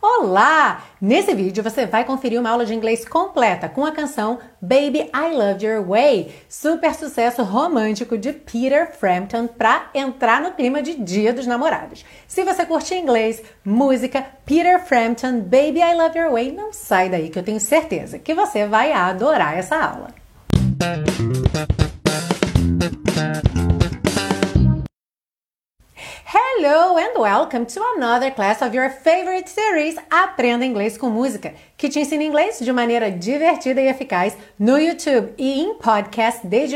Olá! Nesse vídeo você vai conferir uma aula de inglês completa com a canção Baby I Love Your Way, super sucesso romântico de Peter Frampton para entrar no clima de Dia dos Namorados. Se você curte inglês, música, Peter Frampton, Baby I Love Your Way, não sai daí que eu tenho certeza que você vai adorar essa aula. Hello and welcome to another class of your favorite series Aprenda Inglês com Música, que te ensina inglês de maneira divertida e eficaz no YouTube e em podcast desde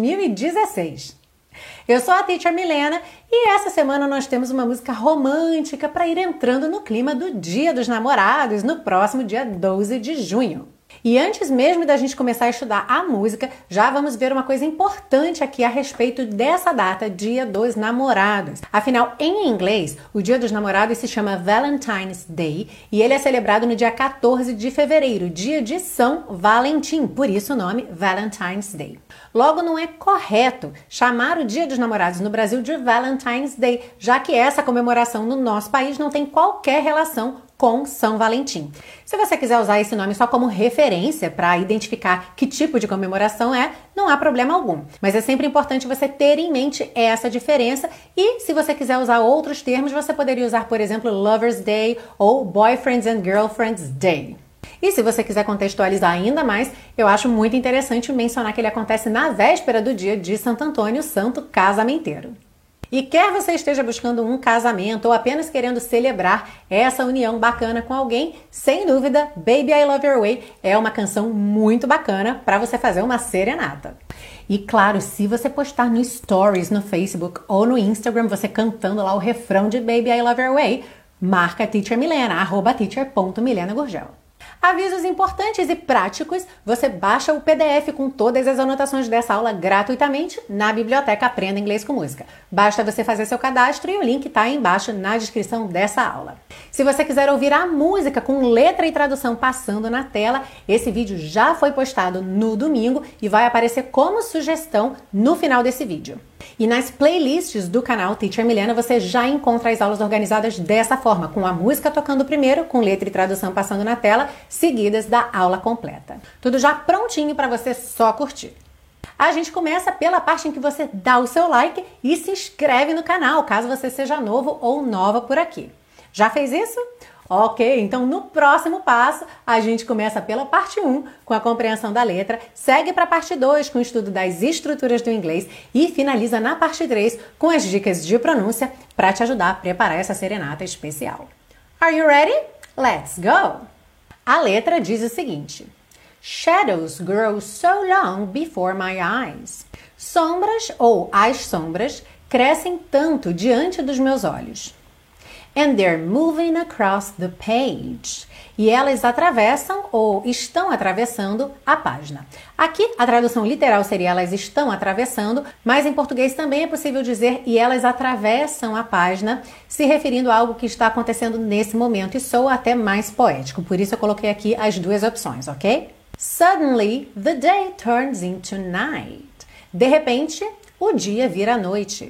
2016. Eu sou a Teacher Milena e essa semana nós temos uma música romântica para ir entrando no clima do Dia dos Namorados no próximo dia 12 de junho. E antes mesmo da gente começar a estudar a música, já vamos ver uma coisa importante aqui a respeito dessa data, Dia dos Namorados. Afinal, em inglês, o Dia dos Namorados se chama Valentine's Day e ele é celebrado no dia 14 de fevereiro, dia de São Valentim, por isso o nome Valentine's Day. Logo, não é correto chamar o Dia dos Namorados no Brasil de Valentine's Day, já que essa comemoração no nosso país não tem qualquer relação com São Valentim. Se você quiser usar esse nome só como referência para identificar que tipo de comemoração é, não há problema algum. Mas é sempre importante você ter em mente essa diferença e se você quiser usar outros termos, você poderia usar, por exemplo, Lover's Day ou Boyfriends and Girlfriends Day. E se você quiser contextualizar ainda mais, eu acho muito interessante mencionar que ele acontece na véspera do dia de Santo Antônio, santo casamenteiro. E quer você esteja buscando um casamento ou apenas querendo celebrar essa união bacana com alguém, sem dúvida, Baby I Love Your Way é uma canção muito bacana para você fazer uma serenata. E claro, se você postar no Stories, no Facebook ou no Instagram, você cantando lá o refrão de Baby I Love Your Way, marca a Teacher Milena, @teacher.milenagurgel. Avisos importantes e práticos, você baixa o PDF com todas as anotações dessa aula gratuitamente na biblioteca Aprenda Inglês com Música. Basta você fazer seu cadastro e o link está aí embaixo na descrição dessa aula. Se você quiser ouvir a música com letra e tradução passando na tela, esse vídeo já foi postado no domingo e vai aparecer como sugestão no final desse vídeo. E nas playlists do canal Teacher Milena você já encontra as aulas organizadas dessa forma, com a música tocando primeiro, com letra e tradução passando na tela, seguidas da aula completa. Tudo já prontinho para você só curtir. A gente começa pela parte em que você dá o seu like e se inscreve no canal, caso você seja novo ou nova por aqui. Já fez isso? Ok, então no próximo passo a gente começa pela parte 1 com a compreensão da letra, segue para a parte 2 com o estudo das estruturas do inglês e finaliza na parte 3 com as dicas de pronúncia para te ajudar a preparar essa serenata especial. Are you ready? Let's go! A letra diz o seguinte: Shadows grow so long before my eyes. Sombras ou as sombras crescem tanto diante dos meus olhos. And they're moving across the page. E elas atravessam ou estão atravessando a página. Aqui a tradução literal seria elas estão atravessando, mas em português também é possível dizer e elas atravessam a página, se referindo a algo que está acontecendo nesse momento e soa até mais poético. Por isso eu coloquei aqui as duas opções, ok? Suddenly the day turns into night. De repente, o dia vira noite.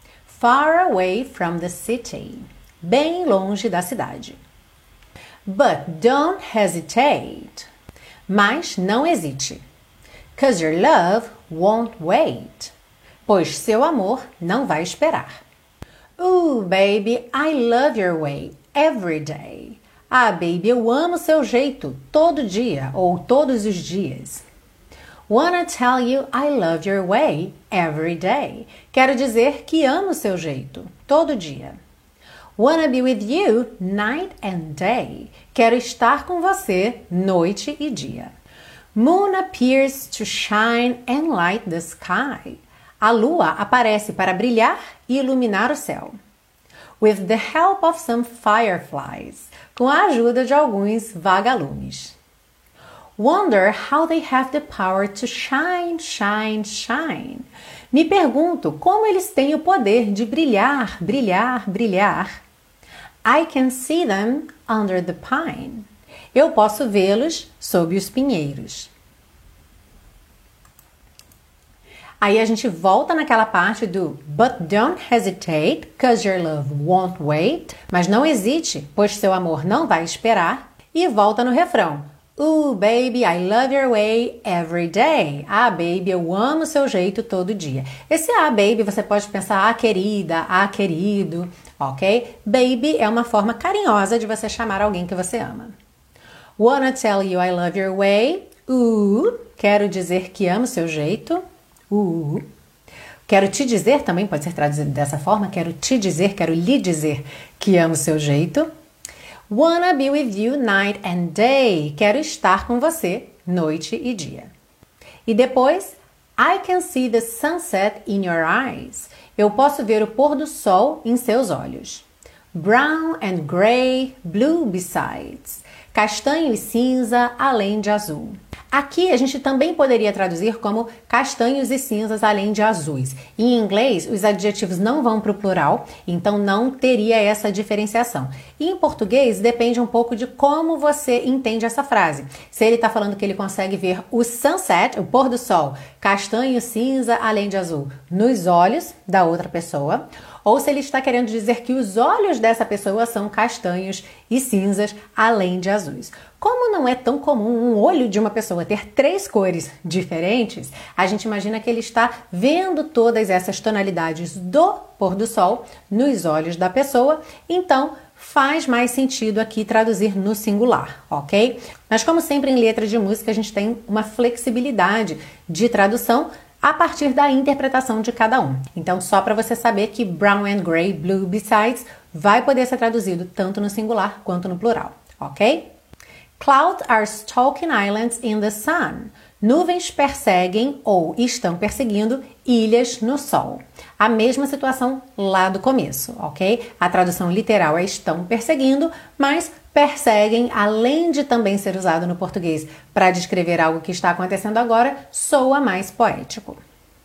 Far away from the city. Bem longe da cidade. But don't hesitate. Mas não hesite. 'Cause your love won't wait. Pois seu amor não vai esperar. Ooh, baby, I love your way every day. Ah, baby, eu amo seu jeito todo dia ou todos os dias. Wanna tell you I love your way every day. Quero dizer que amo seu jeito todo dia. Wanna be with you night and day. Quero estar com você noite e dia. Moon appears to shine and light the sky. A lua aparece para brilhar e iluminar o céu. With the help of some fireflies. Com a ajuda de alguns vagalumes. Wonder how they have the power to shine, shine, shine. Me pergunto como eles têm o poder de brilhar, brilhar, brilhar. I can see them under the pine. Eu posso vê-los sob os pinheiros. Aí a gente volta naquela parte do But don't hesitate, 'cause your love won't wait. Mas não hesite, pois seu amor não vai esperar. E volta no refrão. Ooh, baby, I love your way every day. Ah, baby, eu amo seu jeito todo dia. Esse baby, você pode pensar querida, querido, ok? Baby é uma forma carinhosa de você chamar alguém que você ama. Wanna tell you I love your way. Ooh, quero dizer que amo seu jeito. Quero te dizer, também pode ser traduzido dessa forma. Quero te dizer, quero lhe dizer que amo seu jeito. Wanna be with you night and day. Quero estar com você noite e dia. E depois, I can see the sunset in your eyes. Eu posso ver o pôr do sol em seus olhos. Brown and gray, blue besides. Castanho e cinza, além de azul. Aqui a gente também poderia traduzir como castanhos e cinzas além de azuis. Em inglês, os adjetivos não vão para o plural, então não teria essa diferenciação. E em português, depende um pouco de como você entende essa frase. Se ele está falando que ele consegue ver o sunset, o pôr do sol, castanho, cinza, além de azul, nos olhos da outra pessoa, ou se ele está querendo dizer que os olhos dessa pessoa são castanhos e cinzas, além de azuis. Como não é tão comum um olho de uma pessoa ter 3 cores diferentes, a gente imagina que ele está vendo todas essas tonalidades do pôr do sol nos olhos da pessoa, então faz mais sentido aqui traduzir no singular, ok? Mas como sempre em letra de música, a gente tem uma flexibilidade de tradução a partir da interpretação de cada um. Então, só para você saber que brown and gray, blue besides, vai poder ser traduzido tanto no singular quanto no plural, ok? Clouds are stalking islands in the sun. Nuvens perseguem ou estão perseguindo ilhas no sol. A mesma situação lá do começo, ok? A tradução literal é estão perseguindo, mas perseguem, além de também ser usado no português para descrever algo que está acontecendo agora, soa mais poético.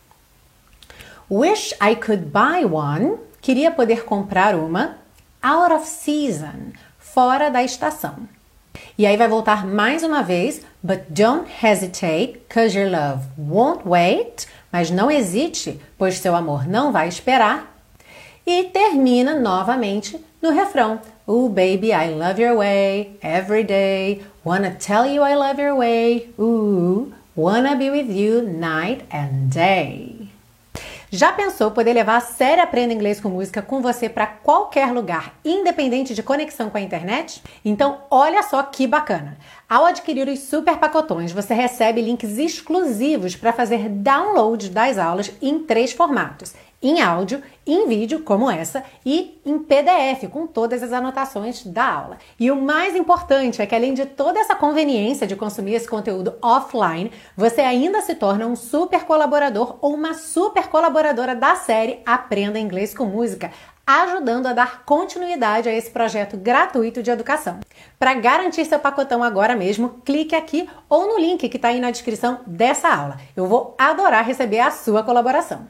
Wish I could buy one. Queria poder comprar uma. Out of season. Fora da estação. E aí vai voltar mais uma vez. But don't hesitate, 'cause your love won't wait. Mas não hesite, pois seu amor não vai esperar. E termina novamente no refrão. Ooh, baby, I love your way every day. Wanna tell you I love your way. Ooh, wanna be with you night and day. Já pensou poder levar a sério Aprenda Inglês com Música com você para qualquer lugar, independente de conexão com a internet? Então, olha só que bacana! Ao adquirir os super pacotões, você recebe links exclusivos para fazer download das aulas em 3 formatos: em áudio, em vídeo, como essa, e em PDF, com todas as anotações da aula. E o mais importante é que, além de toda essa conveniência de consumir esse conteúdo offline, você ainda se torna um super colaborador ou uma super colaboradora da série Aprenda Inglês com Música, ajudando a dar continuidade a esse projeto gratuito de educação. Para garantir seu pacotão agora mesmo, clique aqui ou no link que está aí na descrição dessa aula. Eu vou adorar receber a sua colaboração.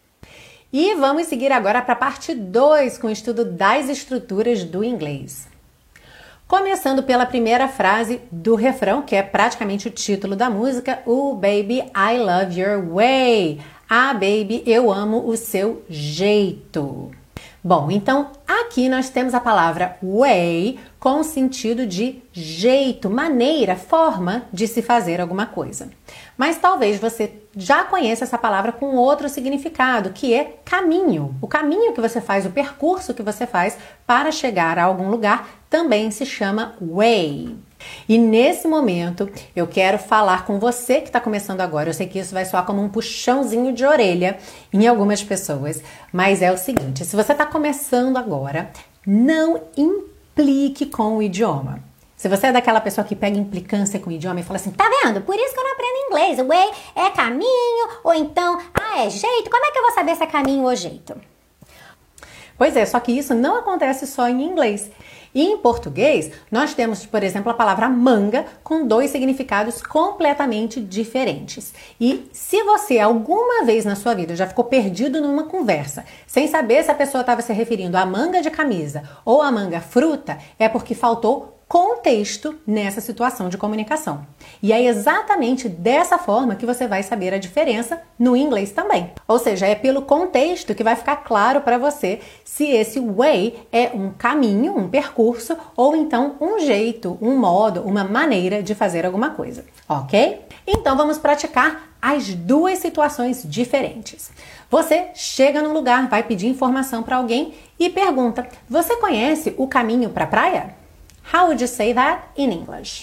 E vamos seguir agora para a parte 2 com o estudo das estruturas do inglês. Começando pela primeira frase do refrão, que é praticamente o título da música, Ooh, baby, I love your way. Ah, baby, eu amo o seu jeito. Bom, então aqui nós temos a palavra way com o sentido de jeito, maneira, forma de se fazer alguma coisa. Mas talvez você já conheça essa palavra com outro significado, que é caminho. O caminho que você faz, o percurso que você faz para chegar a algum lugar também se chama way. E nesse momento eu quero falar com você que está começando agora. Eu sei que isso vai soar como um puxãozinho de orelha em algumas pessoas, mas é o seguinte: se você está começando agora, não implique com o idioma. Se você é daquela pessoa que pega implicância com o idioma e fala assim, tá vendo? Por isso que eu não aprendo inglês. O way é caminho, ou então, é jeito. Como é que eu vou saber se é caminho ou jeito? Pois é, só que isso não acontece só em inglês. E em português, nós temos, por exemplo, a palavra manga com 2 significados completamente diferentes. E se você alguma vez na sua vida já ficou perdido numa conversa, sem saber se a pessoa estava se referindo à manga de camisa ou à manga fruta, é porque faltou contexto nessa situação de comunicação. E é exatamente dessa forma que você vai saber a diferença no inglês também. Ou seja, é pelo contexto que vai ficar claro para você se esse way é um caminho, um percurso, ou então um jeito, um modo, uma maneira de fazer alguma coisa, ok? Então vamos praticar as duas situações diferentes. Você chega num lugar, vai pedir informação para alguém e pergunta: você conhece o caminho para a praia? How would you say that in English?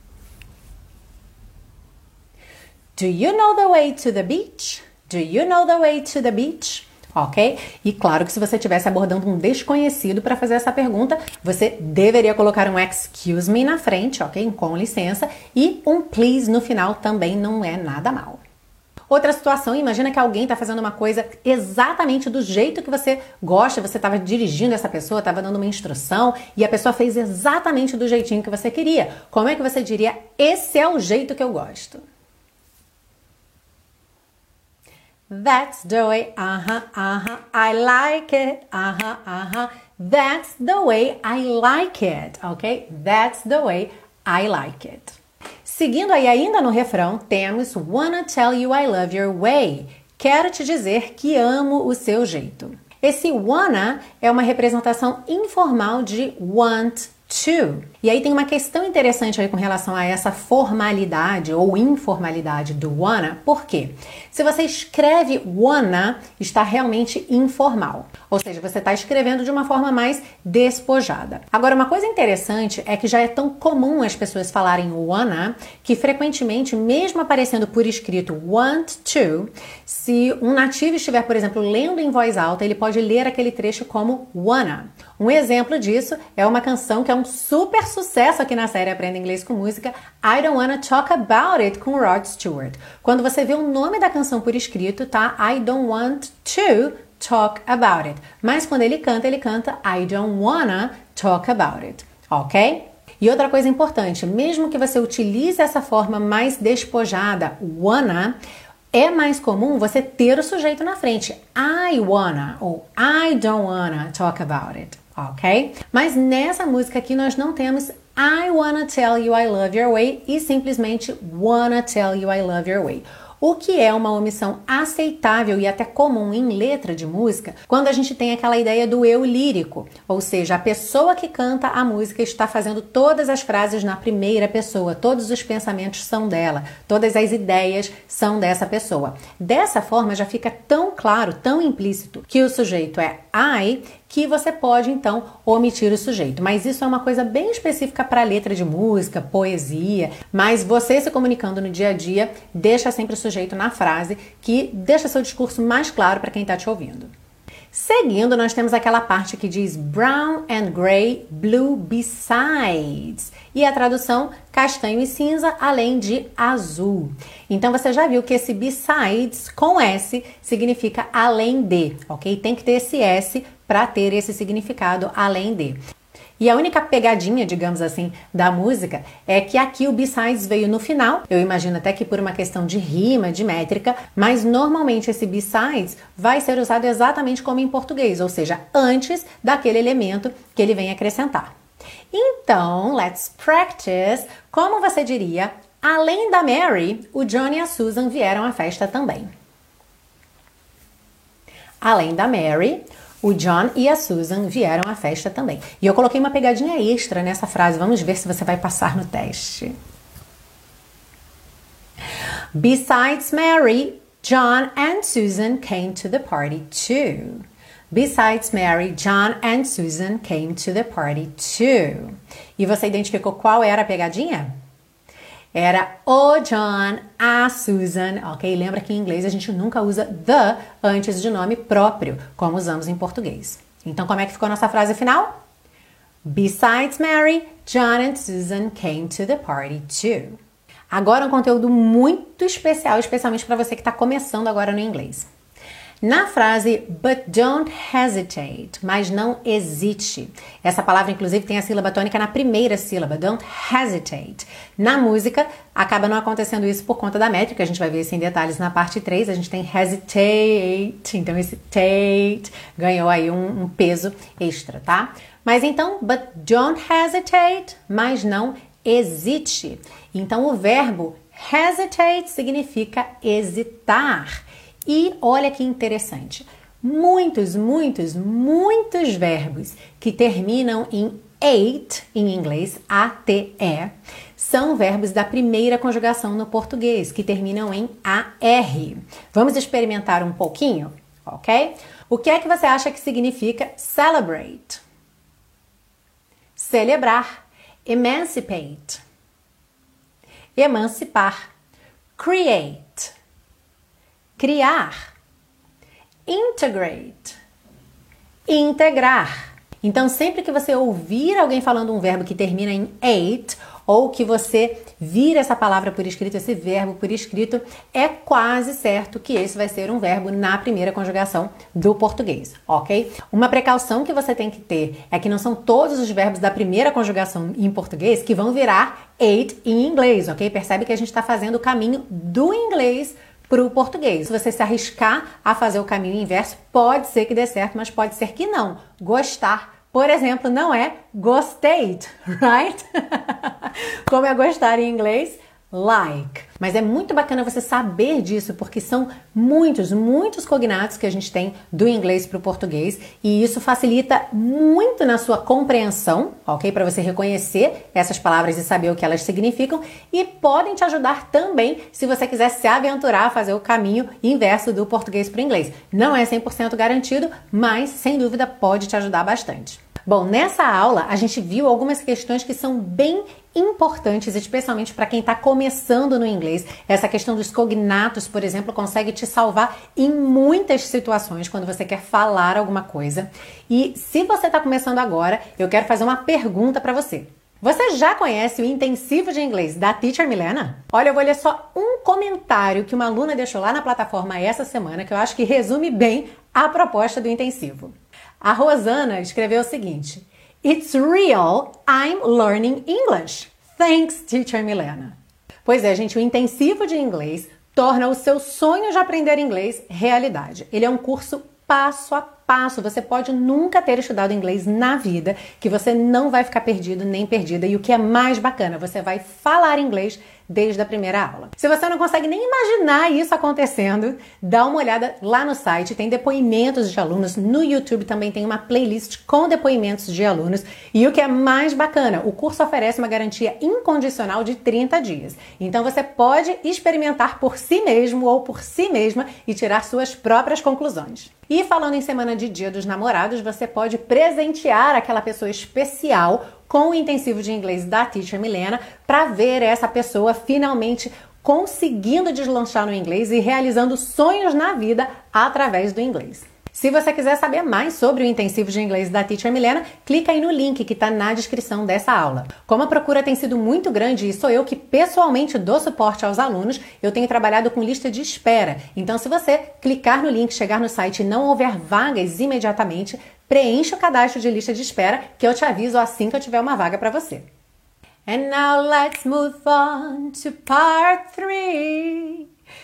Do you know the way to the beach? Do you know the way to the beach? Ok? E claro que se você estivesse abordando um desconhecido para fazer essa pergunta, você deveria colocar um excuse me na frente, ok? Com licença, e um please no final também não é nada mal. Outra situação, imagina que alguém está fazendo uma coisa exatamente do jeito que você gosta, você estava dirigindo essa pessoa, estava dando uma instrução e a pessoa fez exatamente do jeitinho que você queria. Como é que você diria, esse é o jeito que eu gosto? That's the way, I like it, that's the way I like it, ok? That's the way I like it. Seguindo aí ainda no refrão, temos Wanna tell you I love your way. Quero te dizer que amo o seu jeito. Esse wanna é uma representação informal de want to. E aí tem uma questão interessante aí com relação a essa formalidade ou informalidade do wanna. Por quê? Se você escreve wanna, está realmente informal. Ou seja, você está escrevendo de uma forma mais despojada. Agora, uma coisa interessante é que já é tão comum as pessoas falarem wanna, que frequentemente, mesmo aparecendo por escrito want to, se um nativo estiver, por exemplo, lendo em voz alta, ele pode ler aquele trecho como wanna. Um exemplo disso é uma canção que é um super sucesso aqui na série Aprenda Inglês com Música, I Don't Wanna Talk About It, com Rod Stewart. Quando você vê o nome da canção por escrito, tá? I don't want to talk about it. Mas quando ele canta I don't wanna talk about it, ok? E outra coisa importante, mesmo que você utilize essa forma mais despojada, wanna, é mais comum você ter o sujeito na frente. I wanna ou I don't wanna talk about it, ok? Mas nessa música aqui nós não temos I wanna tell you I love your way e simplesmente wanna tell you I love your way. O que é uma omissão aceitável e até comum em letra de música quando a gente tem aquela ideia do eu lírico, ou seja, a pessoa que canta a música está fazendo todas as frases na primeira pessoa, todos os pensamentos são dela, todas as ideias são dessa pessoa. Dessa forma já fica tão claro, tão implícito que o sujeito é I, que você pode então omitir o sujeito. Mas isso é uma coisa bem específica para letra de música, poesia, mas você se comunicando no dia a dia, deixa sempre o sujeito na frase, que deixa seu discurso mais claro para quem está te ouvindo. Seguindo, nós temos aquela parte que diz brown and gray, blue besides. E a tradução, castanho e cinza, além de azul. Então, você já viu que esse besides, com S, significa além de, ok? Tem que ter esse S para ter esse significado além de. E a única pegadinha, digamos assim, da música é que aqui o besides veio no final. Eu imagino até que por uma questão de rima, de métrica, mas normalmente esse besides vai ser usado exatamente como em português, ou seja, antes daquele elemento que ele vem acrescentar. Então, let's practice. Como você diria, além da Mary, o John e a Susan vieram à festa também. Além da Mary, o John e a Susan vieram à festa também. E eu coloquei uma pegadinha extra nessa frase. Vamos ver se você vai passar no teste. Besides Mary, John and Susan came to the party too. Besides Mary, John and Susan came to the party too. E você identificou qual era a pegadinha? Era o John, a Susan, ok? Lembra que em inglês a gente nunca usa the antes de nome próprio, como usamos em português. Então, como é que ficou a nossa frase final? Besides Mary, John and Susan came to the party too. Agora um conteúdo muito especial, especialmente para você que está começando agora no inglês. Na frase but don't hesitate, mas não hesite. Essa palavra, inclusive, tem a sílaba tônica na primeira sílaba, don't hesitate. Na música, acaba não acontecendo isso por conta da métrica, a gente vai ver isso em detalhes na parte 3, a gente tem hesitate, então esse tate ganhou aí um peso extra, tá? Mas então, but don't hesitate, mas não hesite. Então o verbo hesitate significa hesitar. E olha que interessante, muitos verbos que terminam em ate, em inglês, A-T-E, são verbos da primeira conjugação no português, que terminam em A-R. Vamos experimentar um pouquinho, ok? O que é que você acha que significa celebrate? Celebrar. Emancipate. Emancipar. Create. Criar. Integrate. Integrar. Então, sempre que você ouvir alguém falando um verbo que termina em ate, ou que você vir essa palavra por escrito, esse verbo por escrito, é quase certo que esse vai ser um verbo na primeira conjugação do português, ok? Uma precaução que você tem que ter é que não são todos os verbos da primeira conjugação em português que vão virar ate em inglês, ok? Percebe que a gente está fazendo o caminho do inglês para o português. Se você se arriscar a fazer o caminho inverso, pode ser que dê certo, mas pode ser que não. Gostar, por exemplo, não é gostate, right? Como é gostar em inglês? Like. Mas é muito bacana você saber disso, porque são muitos cognatos que a gente tem do inglês para o português, e isso facilita muito na sua compreensão, ok? Para você reconhecer essas palavras e saber o que elas significam, e podem te ajudar também se você quiser se aventurar a fazer o caminho inverso do português para o inglês. Não é 100% garantido, mas sem dúvida pode te ajudar bastante. Bom, nessa aula a gente viu algumas questões que são bem importantes, especialmente para quem está começando no inglês. Essa questão dos cognatos, por exemplo, consegue te salvar em muitas situações quando você quer falar alguma coisa. E se você está começando agora, eu quero fazer uma pergunta para você. Você já conhece o intensivo de inglês da Teacher Milena? Olha, eu vou ler só um comentário que uma aluna deixou lá na plataforma essa semana, que eu acho que resume bem a proposta do intensivo. A Rosana escreveu o seguinte: It's real, I'm learning English. Thanks, Teacher Milena. Pois é, gente, o intensivo de inglês torna o seu sonho de aprender inglês realidade. Ele é um curso passo a passo. Você pode nunca ter estudado inglês na vida, que você não vai ficar perdido nem perdida. E o que é mais bacana, você vai falar inglês desde a primeira aula. Se você não consegue nem imaginar isso acontecendo, dá uma olhada lá no site, tem depoimentos de alunos, no YouTube também tem uma playlist com depoimentos de alunos, e o que é mais bacana, o curso oferece uma garantia incondicional de 30 dias. Então você pode experimentar por si mesmo ou por si mesma e tirar suas próprias conclusões. E falando em semana de Dia dos Namorados, você pode presentear aquela pessoa especial com o intensivo de inglês da Teacher Milena para ver essa pessoa finalmente conseguindo deslanchar no inglês e realizando sonhos na vida através do inglês. Se você quiser saber mais sobre o intensivo de inglês da Teacher Milena, clica aí no link que está na descrição dessa aula. Como a procura tem sido muito grande e sou eu que pessoalmente dou suporte aos alunos, eu tenho trabalhado com lista de espera. Então, se você clicar no link, chegar no site e não houver vagas imediatamente, preencha o cadastro de lista de espera que eu te aviso assim que eu tiver uma vaga para você. And now let's move on to part 3.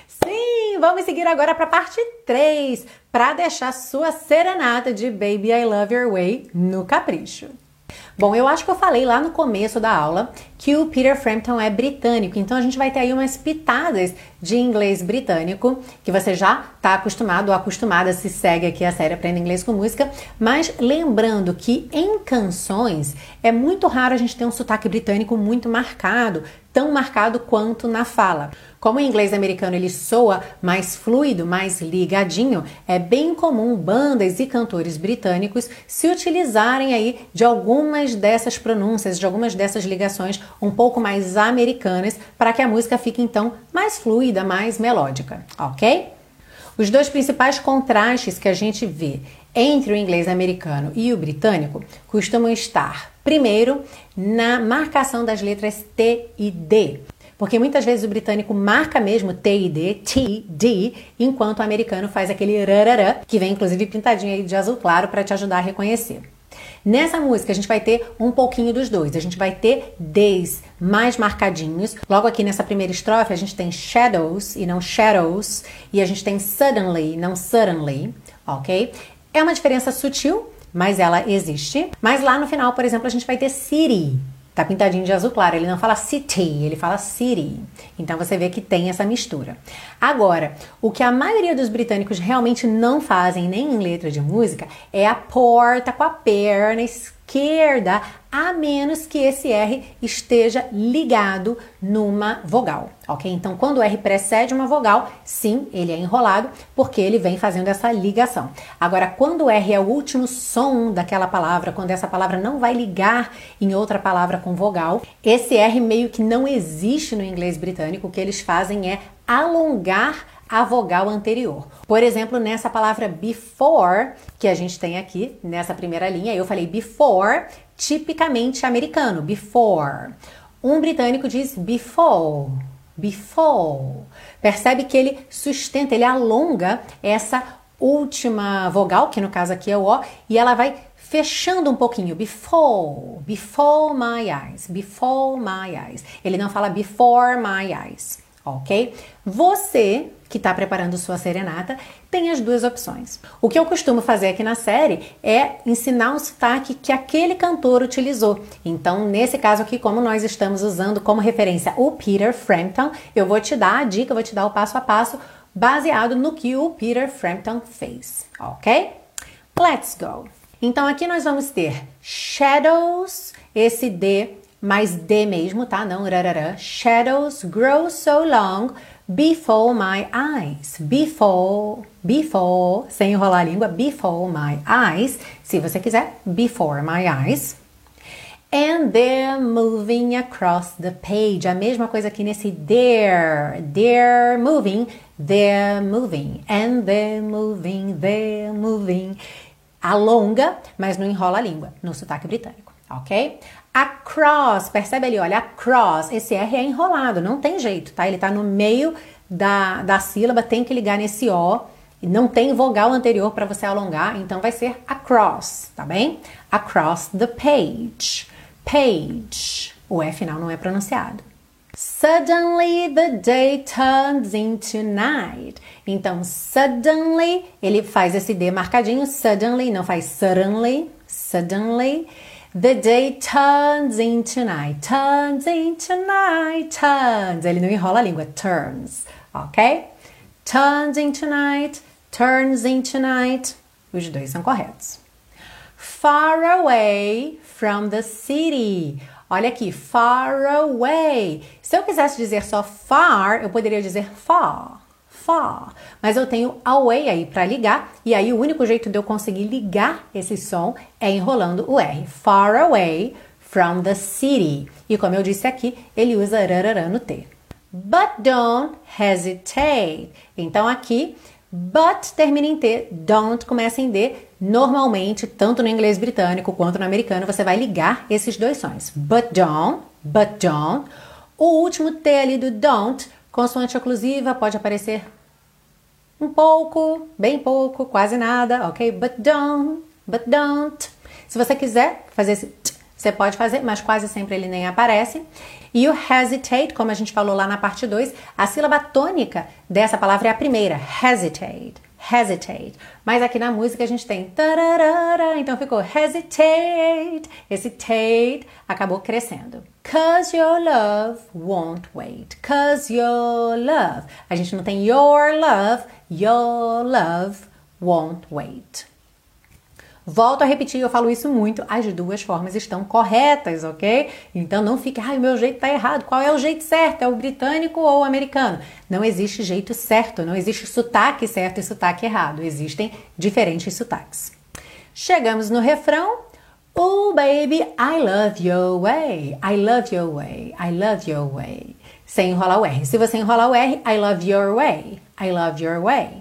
Sim, vamos seguir agora para a parte 3, para deixar sua serenata de Baby I Love Your Way no capricho. Bom, eu acho que eu falei lá no começo da aula que o Peter Frampton é britânico, então a gente vai ter aí umas pitadas de inglês britânico, que você já está acostumado ou acostumada, se segue aqui a série Aprenda Inglês com Música, mas lembrando que em canções é muito raro a gente ter um sotaque britânico muito marcado, tão marcado quanto na fala. Como o inglês americano ele soa mais fluido, mais ligadinho, é bem comum bandas e cantores britânicos se utilizarem aí de algumas dessas pronúncias, de algumas dessas ligações um pouco mais americanas, para que a música fique então mais fluida, mais melódica, ok? Os dois principais contrastes que a gente vê entre o inglês americano e o britânico costumam estar, primeiro, na marcação das letras T e D. Porque muitas vezes o britânico marca mesmo T e D, T, D, enquanto o americano faz aquele rarará, que vem inclusive pintadinho aí de azul claro para te ajudar a reconhecer. Nessa música a gente vai ter um pouquinho dos dois, a gente vai ter Ds mais marcadinhos. Logo aqui nessa primeira estrofe a gente tem shadows e não shadows, e a gente tem suddenly e não suddenly, ok? É uma diferença sutil, mas ela existe. Mas lá no final, por exemplo, a gente vai ter city. Tá pintadinho de azul claro, ele não fala city, ele fala city. Então você vê que tem essa mistura. Agora, o que a maioria dos britânicos realmente não fazem, nem em letra de música, é a porta com a perna esquerda, a menos que esse R esteja ligado numa vogal, ok? Então, quando o R precede uma vogal, sim, ele é enrolado, porque ele vem fazendo essa ligação. Agora, quando o R é o último som daquela palavra, quando essa palavra não vai ligar em outra palavra com vogal, esse R meio que não existe no inglês britânico. O que eles fazem é alongar a vogal anterior. Por exemplo, nessa palavra before, que a gente tem aqui, nessa primeira linha, eu falei before, tipicamente americano, before. Um britânico diz before, before. Percebe que ele sustenta, ele alonga essa última vogal, que no caso aqui é o O, e ela vai fechando um pouquinho, before, before my eyes, before my eyes. Ele não fala before my eyes, ok? Você que está preparando sua serenata, tem as duas opções. O que eu costumo fazer aqui na série é ensinar um sotaque que aquele cantor utilizou. Então, nesse caso aqui, como nós estamos usando como referência o Peter Frampton, eu vou te dar a dica, eu vou te dar o passo a passo baseado no que o Peter Frampton fez, ok? Let's go! Então, aqui nós vamos ter shadows, esse D mais D mesmo, tá? Não rarará. Shadows grow so long before my eyes. Before, sem enrolar a língua, before my eyes. Se você quiser, before my eyes. And they're moving across the page. A mesma coisa aqui nesse there. They're moving. And they're moving. Alonga, mas não enrola a língua, no sotaque britânico, ok? Across, percebe ali, olha, across, esse R é enrolado, não tem jeito, tá? Ele tá no meio da sílaba, tem que ligar nesse O, e não tem vogal anterior para você alongar, então vai ser across, tá bem? Across the page, page, o E final não é pronunciado. Suddenly the day turns into night. Então, suddenly, ele faz esse D marcadinho, suddenly, não faz suddenly, suddenly. The day turns into night, turns into night, turns. Ele não enrola a língua, turns, ok? Turns into night, turns into night. Os dois são corretos. Far away from the city. Olha aqui, far away. Se eu quisesse dizer só far, eu poderia dizer far, far. Mas eu tenho away aí para ligar, e aí o único jeito de eu conseguir ligar esse som é enrolando o R. Far away from the city. E como eu disse aqui, ele usa rararã no T. But don't hesitate. Então aqui, but termina em T, don't começa em D. Normalmente, tanto no inglês britânico quanto no americano, você vai ligar esses dois sons. But don't, but don't. O último T ali do don't, consoante oclusiva, pode aparecer um pouco, bem pouco, quase nada, ok? But don't. Se você quiser fazer esse t, você pode fazer, mas quase sempre ele nem aparece. E o hesitate, como a gente falou lá na parte 2, a sílaba tônica dessa palavra é a primeira, hesitate. Hesitate. Mas aqui na música a gente tem tararara, então ficou hesitate. Esse tate acabou crescendo. 'Cause your love won't wait. 'Cause your love. A gente não tem your love won't wait. Volto a repetir, eu falo isso muito, as duas formas estão corretas, ok? Então não fique, o meu jeito tá errado. Qual é o jeito certo? É o britânico ou o americano? Não existe jeito certo, não existe sotaque certo e sotaque errado. Existem diferentes sotaques. Chegamos no refrão. Oh, baby, I love your way. I love your way. I love your way. Sem enrolar o R. Se você enrolar o R, I love your way. I love your way.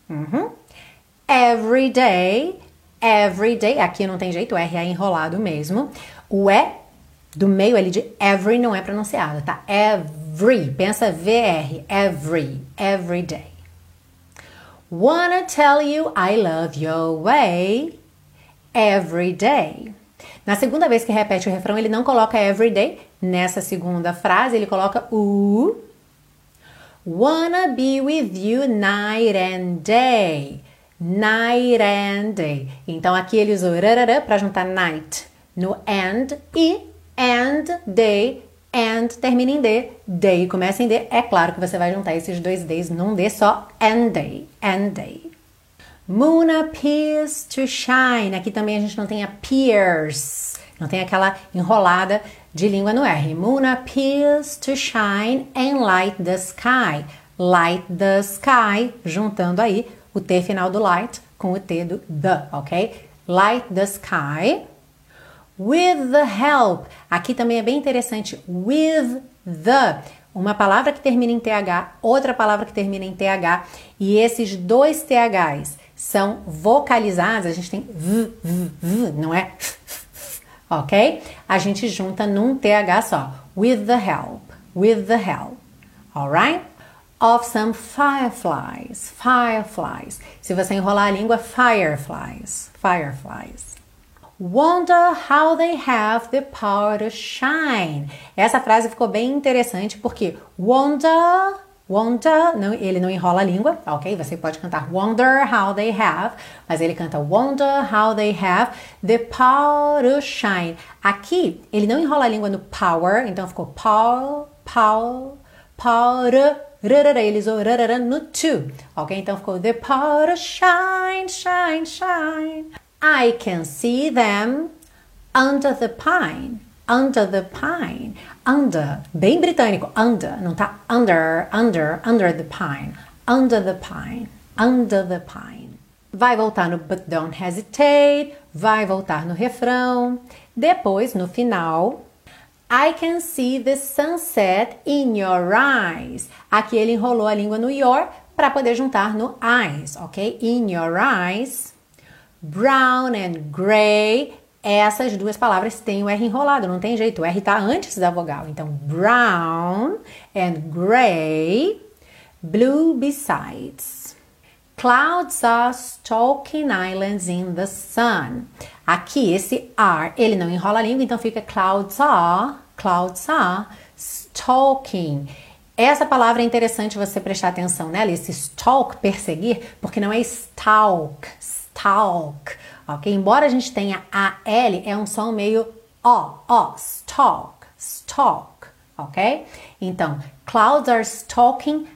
Every day. Every day, aqui não tem jeito, o R é enrolado mesmo. O E do meio ali de every não é pronunciado, tá? Every, pensa VR, every day. Wanna tell you I love your way every day. Na segunda vez que repete o refrão, ele não coloca every day. Nessa segunda frase, ele coloca Wanna be with you night and day. Night and day. Então aqui ele usou rarará para juntar night no and e day. And termina em D, day começa em D. É claro que você vai juntar esses dois days num D só. And day, and day. Moon appears to shine. Aqui também a gente não tem appears. Não tem aquela enrolada de língua no R. Moon appears to shine and light the sky. Light the sky, juntando aí o T final do light com o T do the, ok? Light the sky. With the help. Aqui também é bem interessante. With the. Uma palavra que termina em TH, outra palavra que termina em TH. E esses dois THs são vocalizados. A gente tem v, não é? Ok? A gente junta num TH só. With the help. With the help. Alright? Of some fireflies. Fireflies. Se você enrolar a língua, fireflies. Fireflies. Wonder how they have the power to shine. Essa frase ficou bem interessante porque wonder, não, ele não enrola a língua, ok? Você pode cantar wonder how they have, mas ele canta wonder how they have the power to shine. Aqui, ele não enrola a língua no power, então ficou power, ele usou rarara no to, ok? Então ficou the power to shine, shine, shine. I can see them under the pine. Under the pine. Under. Bem britânico. Under. Não tá under the pine. Under the pine. Under the pine. Vai voltar no but don't hesitate. Vai voltar no refrão. Depois, no final, I can see the sunset in your eyes. Aqui ele enrolou a língua no your para poder juntar no eyes, ok? In your eyes. Brown and gray, essas duas palavras têm o R enrolado, não tem jeito, o R está antes da vogal. Então, brown and gray, blue besides. Clouds are stalking islands in the sun. Aqui, esse are, ele não enrola a língua, então fica clouds are stalking. Essa palavra é interessante você prestar atenção nela, esse stalk, perseguir, porque não é stalk, ok? Embora a gente tenha a L, é um som meio stalk, ok? Então, clouds are stalking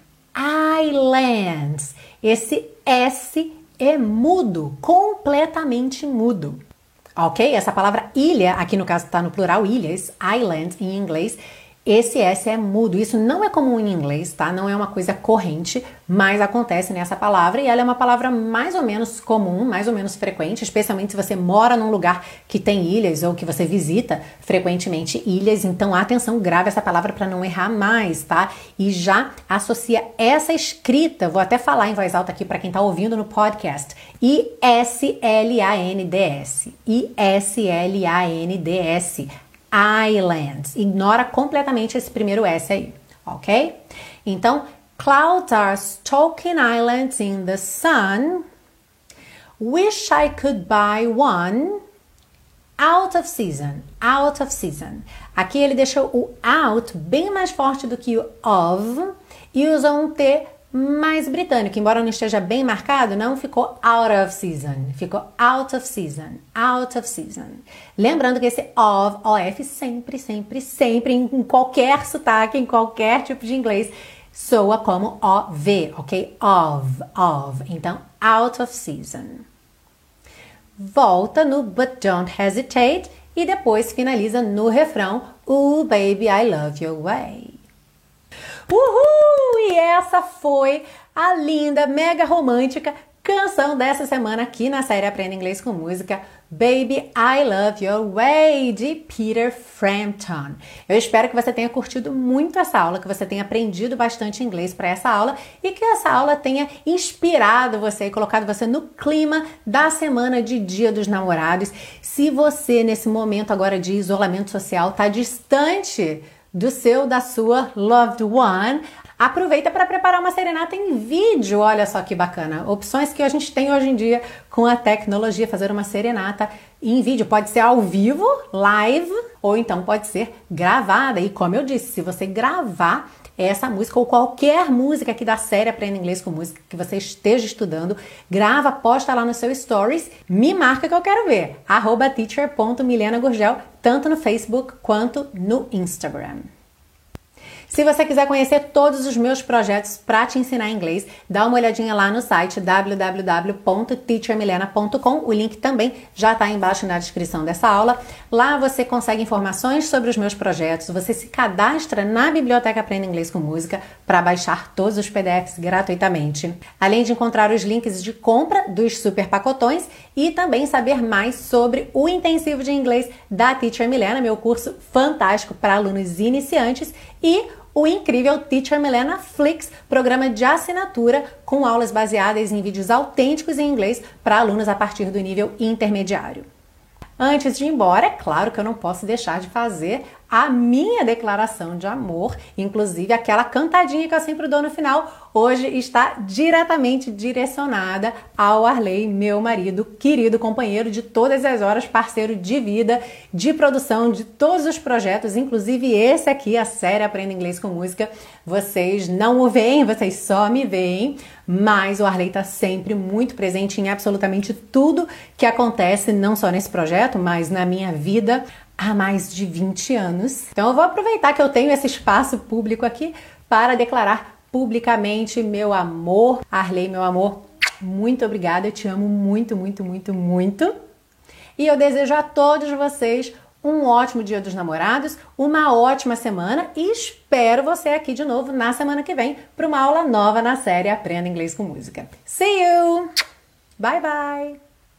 islands. Esse S é mudo, completamente mudo, ok? Essa palavra ilha, aqui no caso está no plural, ilhas, island em inglês, esse S é mudo. Isso não é comum em inglês, tá? Não é uma coisa corrente, mas acontece nessa palavra e ela é uma palavra mais ou menos comum, mais ou menos frequente, especialmente se você mora num lugar que tem ilhas ou que você visita frequentemente ilhas. Então, atenção, grave essa palavra para não errar mais, tá? E já associa essa escrita, vou até falar em voz alta aqui para quem tá ouvindo no podcast. I-S-L-A-N-D-S. I-S-L-A-N-D-S. Islands. Ignora completamente esse primeiro S aí, ok? Então, clouds are stalking islands in the sun. Wish I could buy one. Out of season. Out of season. Aqui ele deixou o out bem mais forte do que o of e usou um T mais britânico, embora não esteja bem marcado, não ficou out of season, ficou out of season, out of season. Lembrando que esse of, sempre, em qualquer sotaque, em qualquer tipo de inglês, soa como OV, ok? Of. Então, out of season. Volta no but don't hesitate e depois finaliza no refrão, ooh, baby, I love your way. Uhul! E essa foi a linda, mega romântica canção dessa semana aqui na série Aprenda Inglês com Música, Baby, I Love Your Way, de Peter Frampton. Eu espero que você tenha curtido muito essa aula, que você tenha aprendido bastante inglês para essa aula e que essa aula tenha inspirado você e colocado você no clima da semana de Dia dos Namorados. Se você, nesse momento agora de isolamento social, está distante da sua loved one, Aproveita para preparar uma serenata em vídeo, olha só que bacana. Opções que a gente tem hoje em dia com a tecnologia, fazer uma serenata em vídeo. Pode ser ao vivo, live, ou então pode ser gravada. E como eu disse, se você gravar essa música ou qualquer música aqui da série Aprenda Inglês com Música que você esteja estudando, grava, posta lá no seu stories, me marca que eu quero ver. @teacher.milenagurgel, tanto no Facebook quanto no Instagram. Se você quiser conhecer todos os meus projetos para te ensinar inglês, dá uma olhadinha lá no site www.teachermilena.com. O link também já está embaixo na descrição dessa aula. Lá você consegue informações sobre os meus projetos, você se cadastra na Biblioteca Aprenda Inglês com Música para baixar todos os PDFs gratuitamente. Além de encontrar os links de compra dos super pacotões e também saber mais sobre o intensivo de inglês da Teacher Milena, meu curso fantástico para alunos iniciantes, e o incrível Teacher Milena Flix, programa de assinatura com aulas baseadas em vídeos autênticos em inglês para alunos a partir do nível intermediário. Antes de ir embora, é claro que eu não posso deixar de fazer a minha declaração de amor, inclusive aquela cantadinha que eu sempre dou no final, hoje está diretamente direcionada ao Arley, meu marido, querido companheiro de todas as horas, parceiro de vida, de produção de todos os projetos, inclusive esse aqui, a série Aprenda Inglês com Música. Vocês não o veem, vocês só me veem, mas o Arley está sempre muito presente em absolutamente tudo que acontece, não só nesse projeto, mas na minha vida há mais de 20 anos. Então eu vou aproveitar que eu tenho esse espaço público aqui para declarar publicamente meu amor. Arley, meu amor, muito obrigada, eu te amo muito, muito, muito, muito. E eu desejo a todos vocês um ótimo Dia dos Namorados, uma ótima semana e espero você aqui de novo na semana que vem para uma aula nova na série Aprenda Inglês com Música. See you! Bye, bye!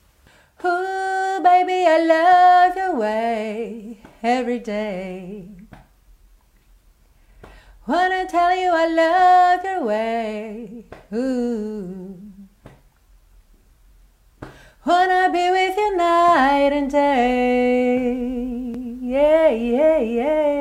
Ooh, baby, I love your way every day. Wanna tell you I love your way. Ooh. Wanna be with you night and day. Yeah, yeah, yeah.